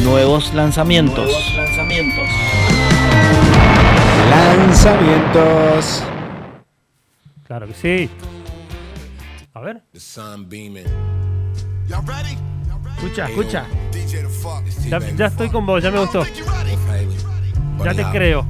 Nuevos lanzamientos. Lanzamientos. Claro que sí. A ver. Escucha. Ya estoy con vos, ya me gustó. Ya te creo.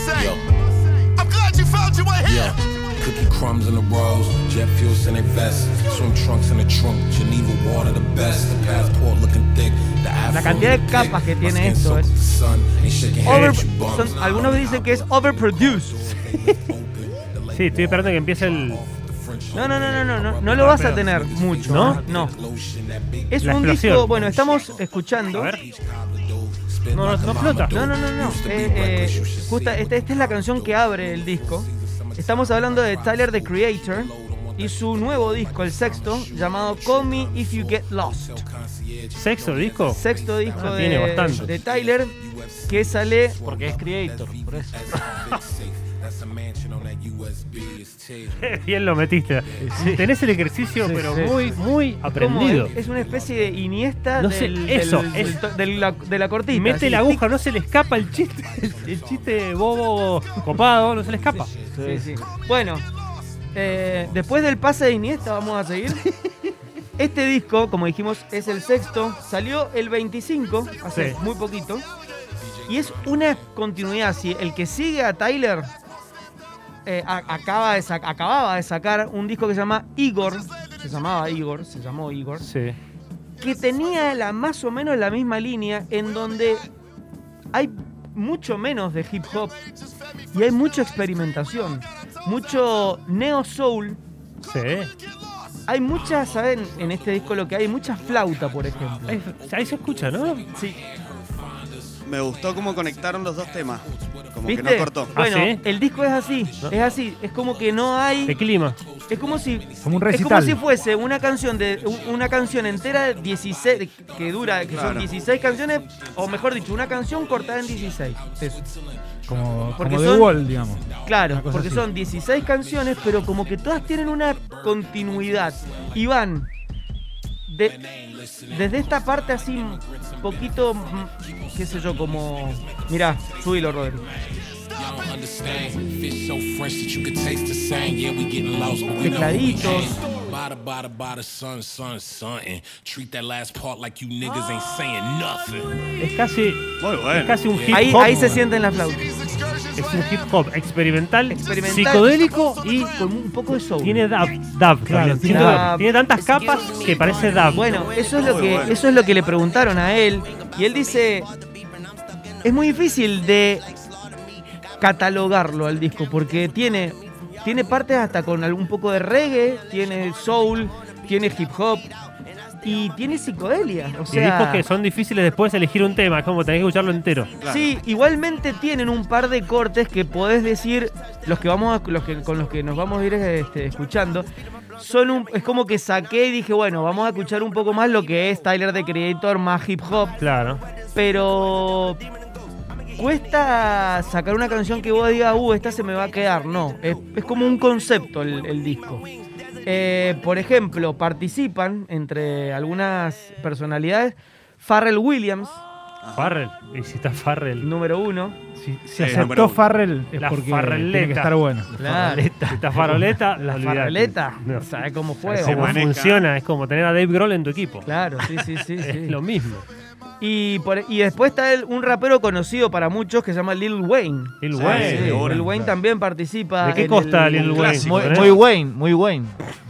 Cookie crumbs in the rolls, jet fuel in their vest, swim trunks in the trunk, Geneva water the best, the passport looking thick, the La cantidad de capas que tiene esto es algunos dicen que es overproduced. Sí, estoy esperando que empiece el... No lo vas a tener mucho. ¿No? Es La un explosión. disco, bueno, estamos escuchando. A ver. No flota. No. Esta es la canción que abre el disco. Estamos hablando de Tyler, the Creator, y su nuevo disco, el sexto, llamado Call Me If You Get Lost. ¿Sexto disco? Sexto disco tiene bastante. de Tyler, que sale... Porque es creator, por eso. Bien lo metiste. Sí. Tenés el ejercicio, pero sí. muy aprendido. Es una especie de Iniesta No sé, de la cortita. Mete así. la aguja, no se le escapa el chiste. El chiste bobo copado, no se le escapa. Sí. Bueno, después del pase de Iniesta vamos a seguir. Este disco, como dijimos, es el sexto. Salió el 25, hace muy poquito. Y es una continuidad. Si el que sigue a Tyler acababa de sacar un disco que se llama Igor. Se llamó Igor. Sí. Que tenía más o menos la misma línea, en donde hay mucho menos de hip hop y hay mucha experimentación, mucho neo soul. Sí. Hay mucha, ¿saben? En este disco lo que hay, mucha flauta, por ejemplo. Ahí se escucha, ¿no? Sí. Me gustó cómo conectaron los dos temas. Como ¿Viste? que no cortó. Bueno, ¿sí? el disco es así, es como que no hay... El clima. Es como si... Como un Es recital. como si fuese una canción entera de 16, que son 16 canciones, o mejor dicho, una canción cortada en 16. Eso. Como Porque The son- Wall, digamos. Claro, Una cosa porque así. son 16 canciones, pero como que todas tienen una continuidad. Y van desde esta parte así, un poquito, qué sé yo, como... Mirá, subilo, Rodri. Tecladitos. Es casi, Muy bueno. es casi un hip hop. Ahí se sienten las flautas. Es un hip hop experimental, Experimental. psicodélico y Con un poco de soul. tiene dub Claro, también. tiene dub. Tiene tantas capas que parece dub. Bueno, eso es lo que le preguntaron a él. Y él dice, es muy difícil de catalogarlo al disco, porque tiene partes hasta con un poco de reggae, tiene soul, tiene hip hop y tiene psicodelia. O Y sea, discos que son difíciles después elegir un tema, es como tenés que escucharlo entero. Claro. sí, igualmente tienen un par de cortes que podés decir, con los que nos vamos a ir escuchando, es como que saqué y dije, bueno, vamos a escuchar un poco más lo que es Tyler, the Creator, más hip hop, Claro. pero cuesta sacar una canción que vos digas, esta se me va a quedar. No, es como un concepto el disco. Por ejemplo, participan entre algunas personalidades Pharrell Williams, Farrell. Y si está Farrell. número 1. Si Sí, aceptó número uno. Farrell es La porque farreleta. tiene que estar bueno. Claro. Si está Faroleta, La olvidate. farreleta, No. ¿sabes cómo Se fue? Se maneja. funciona, es como tener a Dave Grohl en tu equipo. Claro, sí. Es lo mismo. Y después está un rapero conocido para muchos que se llama Lil Wayne. Lil Sí, Wayne. de oro. Lil Wayne también participa. ¿De qué en costa el- Lil Wayne? clásico. Muy Wayne.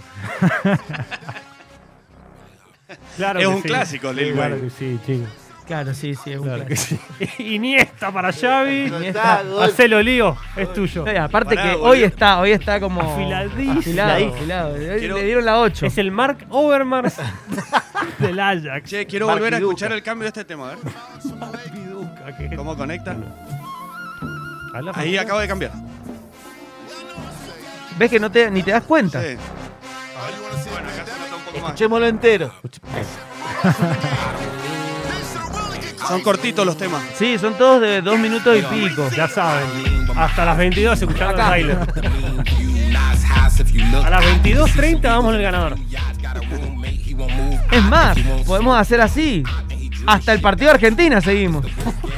Claro Es que un sí. clásico, Lil Claro Wayne. que sí, chicos. Claro, sí, es un Claro que clásico. sí. Iniesta para Xavi. Iniesta. Hacelo lío, es tuyo. No, y aparte Pará, que boludo. hoy está como Afiladísimo. afilado. Hoy Quiero- le dieron la 8. Es el Mark Overmars del Ajax. Che, quiero volver a escuchar el cambio de este tema, a ver. Piduca, que- ¿Cómo conecta? Habla, Ahí Facundo. acabo de cambiar. ¿Ves que ni te das cuenta? Sí. Bueno, acá se nota un poco más. Escuchémoslo entero. Son cortitos los temas. Sí, son todos de 2 minutos y pico. Ya saben, hasta las 22 escuchando a Acá. Tyler. A las 22:30 vamos al ganador. Es más, podemos hacer así. Hasta el partido de Argentina seguimos.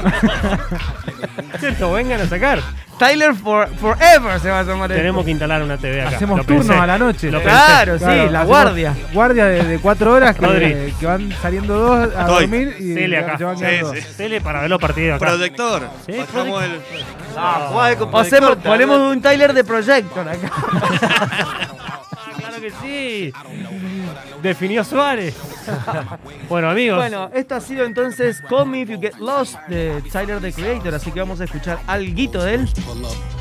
Cierto, vengan a sacar. Tyler Forever se va a llamar. Tenemos que instalar una TV acá. Hacemos Lo pensé. turnos a la noche. Lo Claro, pensé. sí, la hacemos guardia. Guardia de 4 horas Rodri. que van saliendo 2 a Estoy. dormir y Tele acá. se van Sí, quedando sí. 2. Tele para ver los partidos acá. Proyector. Sí, Bajamos el. Ponemos un Tyler de Projector acá. Claro que sí. Definió Suárez. Bueno, amigos. Bueno, esto ha sido entonces Call Me If You Get Lost de Tyler, the Creator. Así que vamos a escuchar alguito de él.